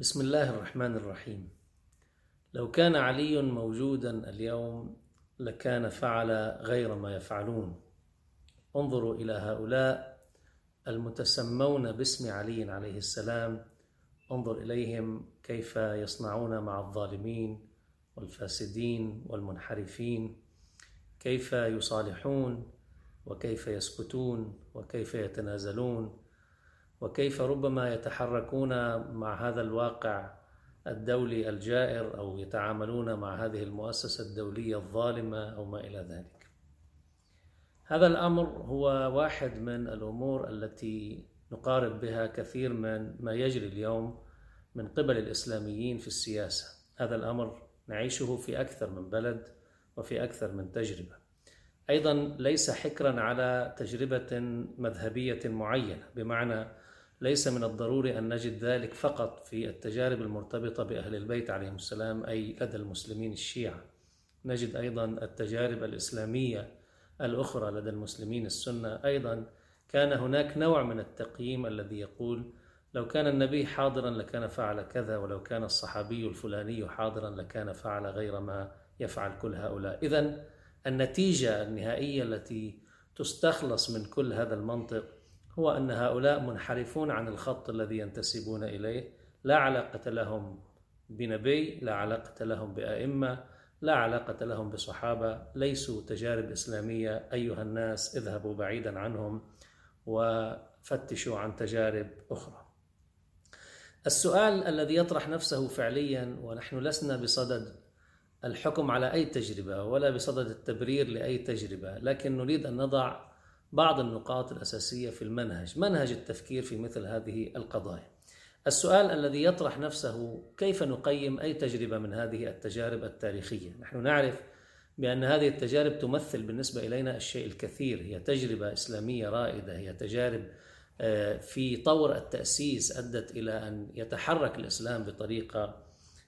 بسم الله الرحمن الرحيم. لو كان علي موجودا اليوم لكان فعل غير ما يفعلون. انظروا إلى هؤلاء المتسمون باسم علي عليه السلام، انظر إليهم كيف يصنعون مع الظالمين والفاسدين والمنحرفين، كيف يصالحون وكيف يسكتون وكيف يتنازلون، وكيف ربما يتحركون مع هذا الواقع الدولي الجائر أو يتعاملون مع هذه المؤسسة الدولية الظالمة أو ما إلى ذلك. هذا الأمر هو واحد من الأمور التي نقارب بها كثير من ما يجري اليوم من قبل الإسلاميين في السياسة. هذا الأمر نعيشه في أكثر من بلد وفي أكثر من تجربة. أيضا ليس حكرا على تجربة مذهبية معينة، بمعنى ليس من الضروري أن نجد ذلك فقط في التجارب المرتبطة بأهل البيت عليهم السلام أي لدى المسلمين الشيعة. نجد أيضا التجارب الإسلامية الأخرى لدى المسلمين السنة. أيضا كان هناك نوع من التقييم الذي يقول لو كان النبي حاضرا لكان فعل كذا، ولو كان الصحابي الفلاني حاضرا لكان فعل غير ما يفعل كل هؤلاء. إذن النتيجة النهائية التي تستخلص من كل هذا المنطق هو أن هؤلاء منحرفون عن الخط الذي ينتسبون إليه، لا علاقة لهم بنبي، لا علاقة لهم بأئمة، لا علاقة لهم بصحابة، ليسوا تجارب إسلامية. أيها الناس اذهبوا بعيدا عنهم وفتشوا عن تجارب أخرى. السؤال الذي يطرح نفسه فعليا، ونحن لسنا بصدد الحكم على أي تجربة ولا بصدد التبرير لأي تجربة، لكن نريد أن نضع بعض النقاط الأساسية في منهج التفكير في مثل هذه القضايا. السؤال الذي يطرح نفسه كيف نقيم أي تجربة من هذه التجارب التاريخية؟ نحن نعرف بأن هذه التجارب تمثل بالنسبة إلينا الشيء الكثير. هي تجربة إسلامية رائدة، هي تجارب في طور التأسيس أدت إلى أن يتحرك الإسلام بطريقة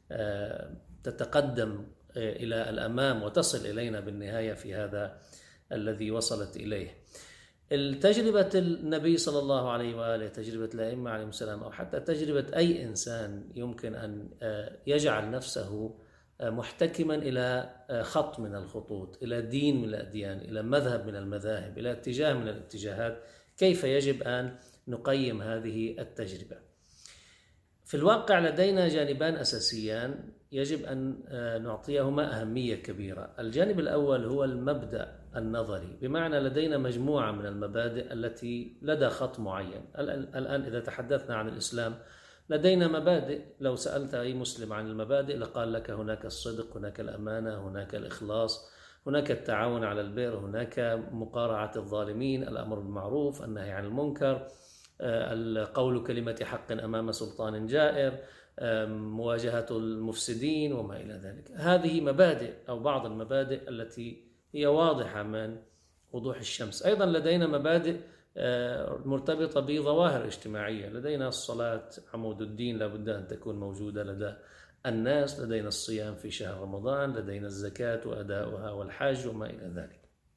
تتقدم إلى الأمام وتصل إلينا بالنهاية في هذا الذي وصلت إليه. التجربة النبي صلى الله عليه وآله، تجربة الأئمة عليهم السلام، أو حتى تجربة أي إنسان يمكن أن يجعل نفسه محتكما إلى خط من الخطوط، إلى دين من الأديان، إلى مذهب من المذاهب، إلى اتجاه من الاتجاهات، كيف يجب أن نقيم هذه التجربة؟ في الواقع لدينا جانبان أساسيان يجب أن نعطيهما أهمية كبيرة. الجانب الأول هو المبدأ النظري، بمعنى لدينا مجموعة من المبادئ التي لدى خط معين. الآن إذا تحدثنا عن الإسلام لدينا مبادئ، لو سألت أي مسلم عن المبادئ لقال لك هناك الصدق، هناك الأمانة، هناك الإخلاص، هناك التعاون على البر، هناك مقارعة الظالمين، الأمر بالمعروف، النهي عن المنكر، القول كلمة حق أمام سلطان جائر، مواجهة المفسدين وما إلى ذلك. هذه مبادئ أو بعض المبادئ التي هي واضحة من وضوح الشمس. أيضا لدينا مبادئ مرتبطة بظواهر اجتماعية. لدينا الصلاة عمود الدين، لابد أن تكون موجودة لدى الناس. لدينا الصيام في شهر رمضان، لدينا الزكاة وأداؤها والحج وما إلى ذلك.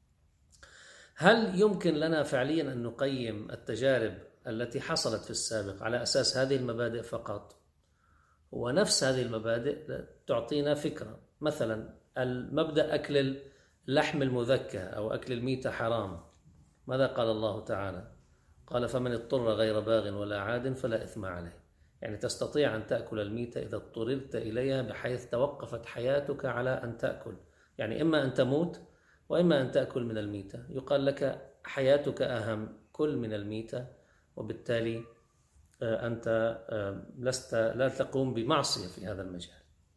هل يمكن لنا فعليا أن نقيم التجارب التي حصلت في السابق على أساس هذه المبادئ فقط؟ ونفس هذه المبادئ تعطينا فكرة. مثلا المبدأ أكل اللحم المذكى أو أكل الميتة حرام. ماذا قال الله تعالى؟ قال فمن اضطر غير باغ ولا عاد فلا إثم عليه. يعني تستطيع أن تأكل الميتة إذا اضطررت إليها بحيث توقفت حياتك على أن تأكل، يعني إما أن تموت وإما أن تأكل من الميتة. يقال لك حياتك أهم، كل من الميتة، وبالتالي أنت لا تقوم بمعصية في هذا المجال.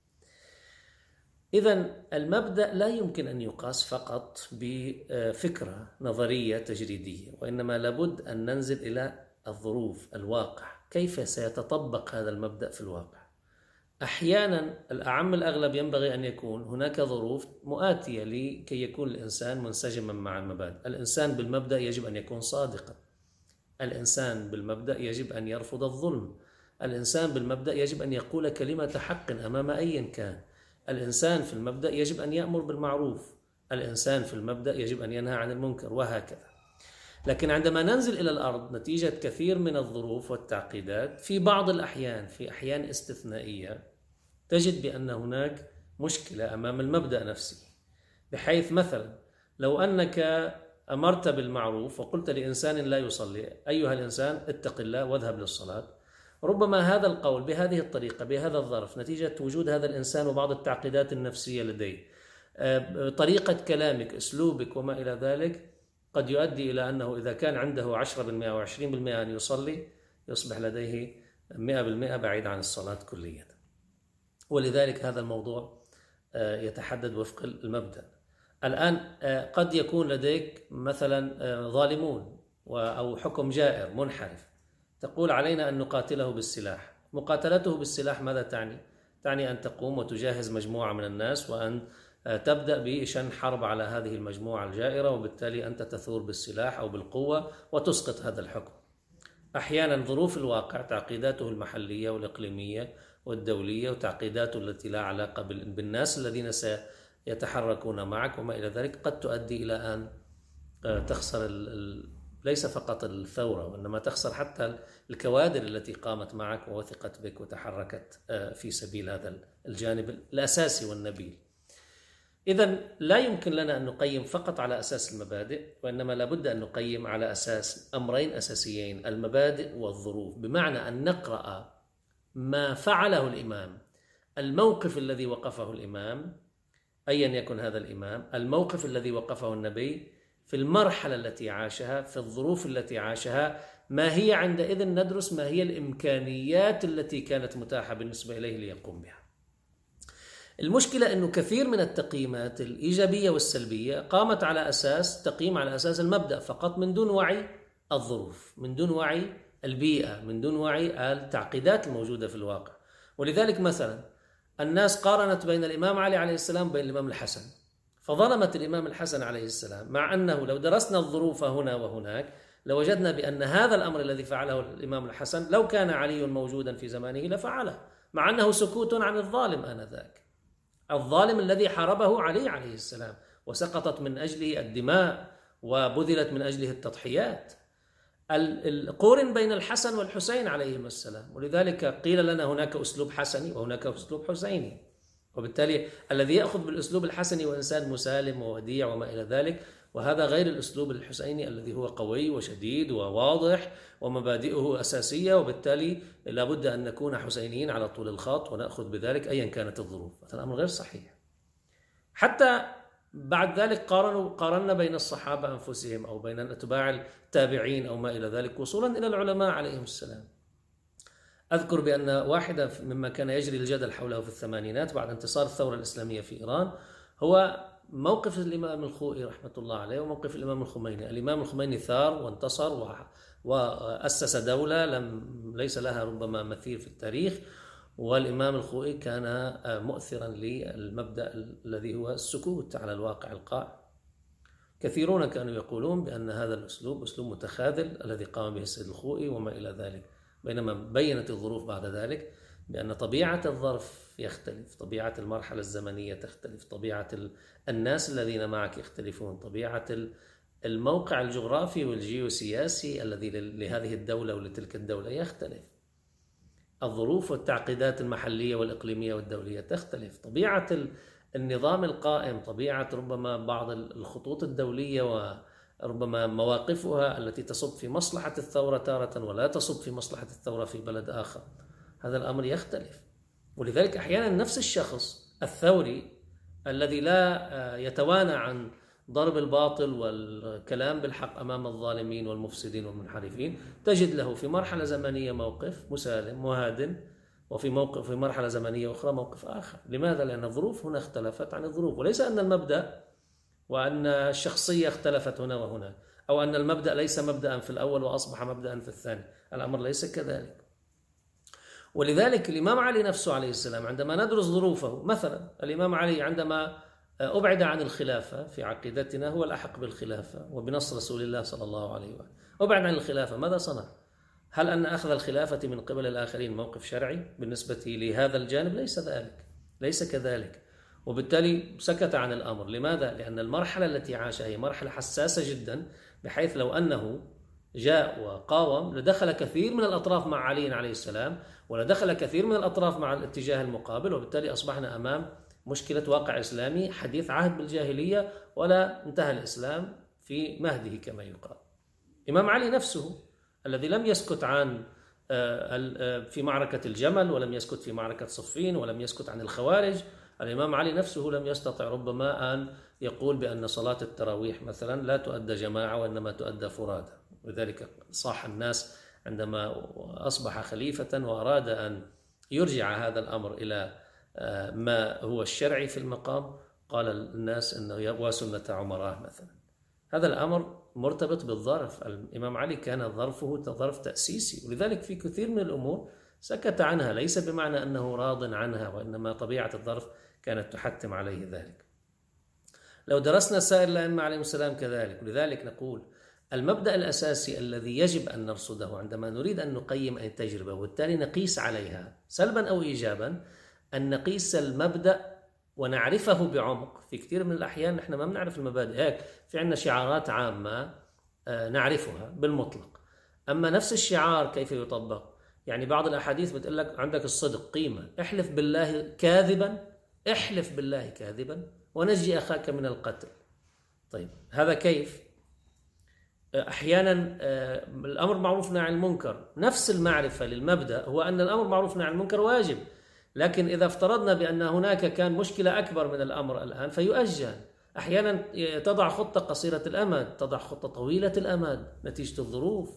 إذن المبدأ لا يمكن أن يقاس فقط بفكرة نظرية تجريدية، وإنما لابد أن ننزل إلى الظروف، الواقع، كيف سيتطبق هذا المبدأ في الواقع. أحيانا الأعم الأغلب ينبغي أن يكون هناك ظروف مؤاتية لكي يكون الإنسان منسجما مع المبادئ. الإنسان بالمبدأ يجب أن يكون صادقا، الإنسان بالمبدأ يجب أن يرفض الظلم، الإنسان بالمبدأ يجب أن يقول كلمة حق أمام أي كان، الإنسان في المبدأ يجب أن يأمر بالمعروف، الإنسان في المبدأ يجب أن ينهى عن المنكر، وهكذا. لكن عندما ننزل إلى الأرض نتيجة كثير من الظروف والتعقيدات في بعض الأحيان، في أحيان استثنائية، تجد بأن هناك مشكلة أمام المبدأ نفسه، بحيث مثلا لو أنك أمرت بالمعروف وقلت لإنسان لا يصلي: أيها الإنسان اتق الله واذهب للصلاة، ربما هذا القول بهذه الطريقة بهذا الظرف نتيجة وجود هذا الإنسان وبعض التعقيدات النفسية لديه، طريقة كلامك، أسلوبك وما إلى ذلك، قد يؤدي إلى أنه إذا كان عنده 10% أو 20% أن يصلي، يصبح لديه 100% بعيد عن الصلاة كليا. ولذلك هذا الموضوع يتحدد وفق المبدأ. الآن قد يكون لديك مثلا ظالمون أو حكم جائر منحرف، تقول علينا أن نقاتله بالسلاح. مقاتلته بالسلاح ماذا تعني؟ تعني أن تقوم وتجهز مجموعة من الناس وأن تبدأ بشن حرب على هذه المجموعة الجائرة، وبالتالي أنت تثور بالسلاح أو بالقوة وتسقط هذا الحكم. أحيانا ظروف الواقع، تعقيداته المحلية والإقليمية والدولية وتعقيداته التي لا علاقة بالناس الذين سيتحركون معك وما إلى ذلك، قد تؤدي إلى أن تخسر ليس فقط الثورة، وإنما تخسر حتى الكوادر التي قامت معك ووثقت بك وتحركت في سبيل هذا الجانب الأساسي والنبيل. إذن لا يمكن لنا أن نقيم فقط على أساس المبادئ، وإنما لابد أن نقيم على أساس أمرين أساسيين: المبادئ والظروف، بمعنى أن نقرأ ما فعله الإمام، الموقف الذي وقفه الإمام أيا يكن هذا الإمام، الموقف الذي وقفه النبي في المرحلة التي عاشها، في الظروف التي عاشها، ما هي عندئذ ندرس ما هي الإمكانيات التي كانت متاحة بالنسبة إليه ليقوم بها. المشكلة أنه كثير من التقييمات الإيجابية والسلبية قامت على أساس تقييم على أساس المبدأ فقط، من دون وعي الظروف، من دون وعي البيئة، من دون وعي التعقيدات الموجودة في الواقع. ولذلك مثلا الناس قارنت بين الإمام علي عليه السلام وبين الإمام الحسن، فظلمت الإمام الحسن عليه السلام، مع أنه لو درسنا الظروف هنا وهناك لوجدنا بأن هذا الأمر الذي فعله الإمام الحسن لو كان علي موجودا في زمانه لفعله، مع أنه سكوت عن الظالم آنذاك، الظالم الذي حاربه علي عليه السلام وسقطت من أجله الدماء وبذلت من أجله التضحيات. القورن بين الحسن والحسين عليهما السلام، ولذلك قيل لنا هناك أسلوب حسني وهناك أسلوب حسيني، وبالتالي الذي يأخذ بالأسلوب الحسني وإنسان مسالم ووديع وما إلى ذلك، وهذا غير الأسلوب الحسيني الذي هو قوي وشديد وواضح ومبادئه أساسية، وبالتالي لابد أن نكون حسينيين على طول الخط ونأخذ بذلك أيا كانت الظروف. هذا الأمر غير صحيح. حتى بعد ذلك قارنا بين الصحابة أنفسهم أو بين أتباع التابعين أو ما إلى ذلك، وصولا إلى العلماء عليهم السلام. أذكر بأن واحدة مما كان يجري الجدل حوله في الثمانينات بعد انتصار الثورة الإسلامية في إيران هو موقف الإمام الخوئي رحمة الله عليه وموقف الإمام الخميني. الإمام الخميني ثار وانتصر وأسس دولة ليس لها ربما مثيل في التاريخ، والإمام الخوئي كان مؤثرا للمبدأ الذي هو السكوت على الواقع القائم. كثيرون كانوا يقولون بأن هذا الأسلوب أسلوب متخاذل الذي قام به السيد الخوئي وما إلى ذلك، بينما بينت الظروف بعد ذلك بأن طبيعة الظرف يختلف، طبيعة المرحلة الزمنية تختلف، طبيعة الناس الذين معك يختلفون، طبيعة الموقع الجغرافي والجيوسياسي الذي لهذه الدولة ولتلك الدولة يختلف، الظروف والتعقيدات المحلية والإقليمية والدولية تختلف، طبيعة النظام القائم، طبيعة ربما بعض الخطوط الدولية وربما مواقفها التي تصب في مصلحة الثورة تارة ولا تصب في مصلحة الثورة في بلد آخر، هذا الأمر يختلف. ولذلك أحيانا نفس الشخص الثوري الذي لا يتوانى عن ضرب الباطل والكلام بالحق أمام الظالمين والمفسدين والمنحرفين، تجد له في مرحلة زمنية موقف مسالم وهادن، وفي مرحلة زمنية أخرى موقف آخر. لماذا؟ لأن الظروف هنا اختلفت عن الظروف، وليس أن المبدأ وأن الشخصية اختلفت هنا وهنا، أو أن المبدأ ليس مبدأ في الأول وأصبح مبدأ في الثاني، الأمر ليس كذلك. ولذلك الإمام علي نفسه عليه السلام عندما ندرس ظروفه، مثلا الإمام علي عندما أبعد عن الخلافة في عقيدتنا هو الأحق بالخلافة وبنص رسول الله صلى الله عليه وآله، أبعد عن الخلافة، ماذا صنع؟ هل أن أخذ الخلافة من قبل الآخرين موقف شرعي بالنسبة لهذا الجانب؟ ليس ذلك، ليس كذلك، وبالتالي سكت عن الأمر. لماذا؟ لأن المرحلة التي عاشها هي مرحلة حساسة جدا بحيث لو أنه جاء وقاوم لدخل كثير من الأطراف مع علي عليه السلام، ولدخل كثير من الأطراف مع الاتجاه المقابل، وبالتالي أصبحنا أمام مشكلة واقع إسلامي حديث عهد بالجاهلية، ولا انتهى الإسلام في مهده كما يقال. إمام علي نفسه الذي لم يسكت عن في معركة الجمل، ولم يسكت في معركة صفين، ولم يسكت عن الخوارج، الإمام علي نفسه لم يستطع ربما أن يقول بأن صلاة التراويح مثلا لا تؤدى جماعة وإنما تؤدى فرادى. لذلك صاح الناس عندما أصبح خليفة وأراد أن يرجع هذا الأمر إلى ما هو الشرعي في المقام، قال الناس أنه وسنة عمراء مثلا. هذا الأمر مرتبط بالظرف. الإمام علي كان ظرفه ظرف تأسيسي، ولذلك في كثير من الأمور سكت عنها، ليس بمعنى أنه راض عنها، وإنما طبيعة الظرف كانت تحتم عليه ذلك. لو درسنا سائر الأئمة عليهم السلام كذلك. ولذلك نقول المبدأ الأساسي الذي يجب أن نرصده عندما نريد أن نقيم أي تجربة وبالتالي نقيس عليها سلبا أو إيجابا، أن نقيس المبدأ ونعرفه بعمق. في كثير من الأحيان نحن ما بنعرف المبادئ، هيك في عندنا شعارات عامة نعرفها بالمطلق، أما نفس الشعار كيف يطبق. يعني بعض الأحاديث بتقول لك عندك الصدق قيمة، احلف بالله كاذبا، احلف بالله كاذبا ونجي أخاك من القتل. طيب هذا كيف؟ أحيانا الأمر معروف نهي عن المنكر، نفس المعرفة للمبدأ هو أن الأمر معروف نهي عن المنكر واجب، لكن إذا افترضنا بأن هناك كان مشكلة أكبر من الأمر الآن فيؤجل. أحيانا تضع خطة قصيرة الأمد، تضع خطة طويلة الأمد نتيجة الظروف.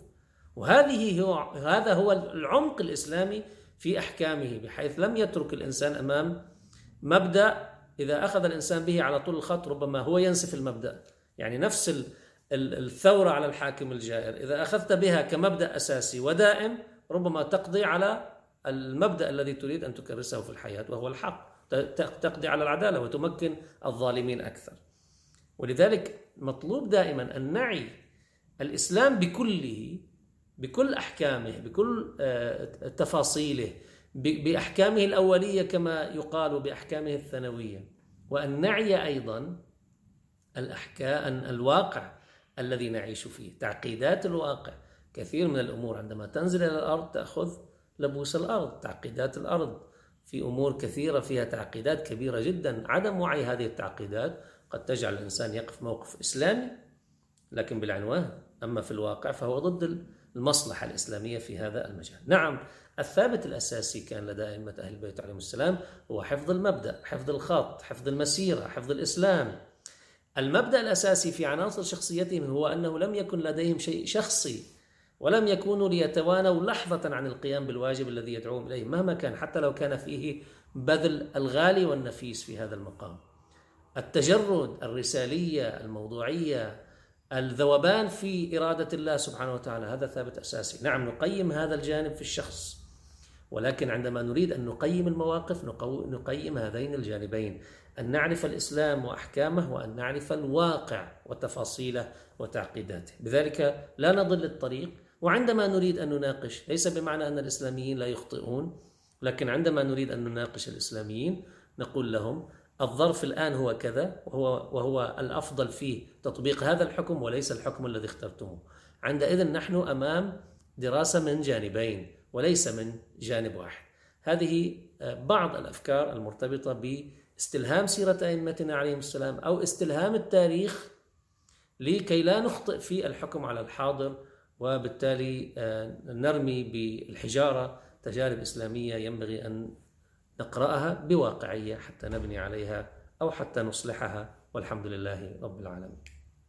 هذا هو العمق الإسلامي في أحكامه، بحيث لم يترك الإنسان أمام مبدأ إذا أخذ الإنسان به على طول الخط ربما هو ينسف المبدأ. يعني نفس الثورة على الحاكم الجائر إذا أخذت بها كمبدأ أساسي ودائم ربما تقضي على المبدأ الذي تريد أن تكرسه في الحياة وهو الحق، تقضي على العدالة وتمكن الظالمين أكثر. ولذلك مطلوب دائما أن نعي الإسلام بكله، بكل أحكامه، بكل تفاصيله، بأحكامه الأولية كما يقال، بأحكامه الثانوية، وأن نعي أيضا الواقع الذي نعيش فيه، تعقيدات الواقع. كثير من الأمور عندما تنزل إلى الأرض تأخذ لبوس الأرض، تعقيدات الأرض. في أمور كثيرة فيها تعقيدات كبيرة جدا، عدم وعي هذه التعقيدات قد تجعل الإنسان يقف موقف إسلامي لكن بالعنوان، أما في الواقع فهو ضد المصلحة الإسلامية في هذا المجال. نعم، الثابت الأساسي كان لدى أئمة أهل البيت عليهم السلام هو حفظ المبدأ، حفظ الخط، حفظ المسيرة، حفظ الإسلام. المبدأ الأساسي في عناصر شخصيتهم هو أنه لم يكن لديهم شيء شخصي، ولم يكونوا ليتوانوا لحظة عن القيام بالواجب الذي يدعوهم إليه مهما كان، حتى لو كان فيه بذل الغالي والنفيس في هذا المقام. التجرد، الرسالية، الموضوعية، الذوبان في إرادة الله سبحانه وتعالى، هذا ثابت أساسي. نعم نقيم هذا الجانب في الشخص، ولكن عندما نريد أن نقيم المواقف نقيم هذين الجانبين، أن نعرف الإسلام وأحكامه، وأن نعرف الواقع وتفاصيله وتعقيداته. بذلك لا نضل الطريق. وعندما نريد أن نناقش، ليس بمعنى أن الإسلاميين لا يخطئون، لكن عندما نريد أن نناقش الإسلاميين نقول لهم الظرف الآن هو كذا، وهو الأفضل فيه تطبيق هذا الحكم وليس الحكم الذي اخترتموه. عندئذ نحن أمام دراسة من جانبين وليس من جانب واحد. هذه بعض الأفكار المرتبطة باستلهام سيرة أئمتنا عليهم السلام أو استلهام التاريخ لكي لا نخطئ في الحكم على الحاضر، وبالتالي نرمي بالحجارة تجارب إسلامية ينبغي أن نقرأها بواقعية حتى نبني عليها أو حتى نصلحها، والحمد لله رب العالمين.